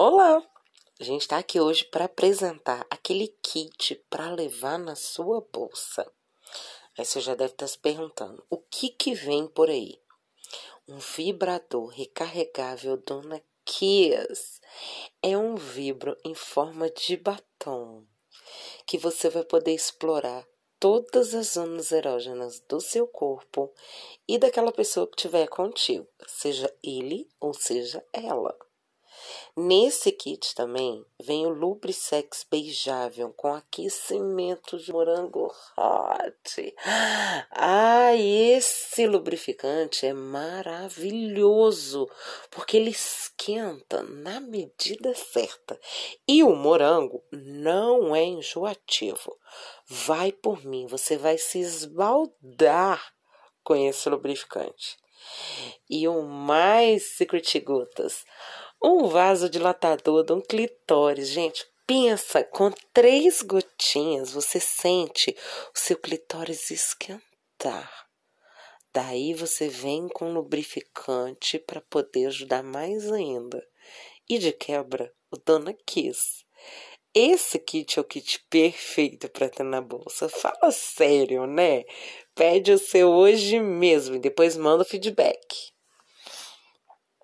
Olá! A gente está aqui hoje para apresentar aquele kit para levar na sua bolsa. Aí você já deve estar se perguntando, o que vem por aí? Um vibrador recarregável Dona Kiss. É um vibro em forma de batom, que você vai poder explorar todas as zonas erógenas do seu corpo e daquela pessoa que estiver contigo, seja ele ou seja ela. Nesse kit também vem o Lubrisex beijável com aquecimento de morango hot. Esse lubrificante é maravilhoso, porque ele esquenta na medida certa. E o morango não é enjoativo. Vai por mim, você vai se esbaldar com esse lubrificante. E o mais secret gotas, um vasodilatador de um clitóris. Gente, pensa, com 3 gotinhas você sente o seu clitóris esquentar. Daí você vem com lubrificante para poder ajudar mais ainda. E de quebra, o Dona Kiss. Esse kit é o kit perfeito para ter na bolsa. Fala sério, né? Pede o seu hoje mesmo e depois manda o feedback.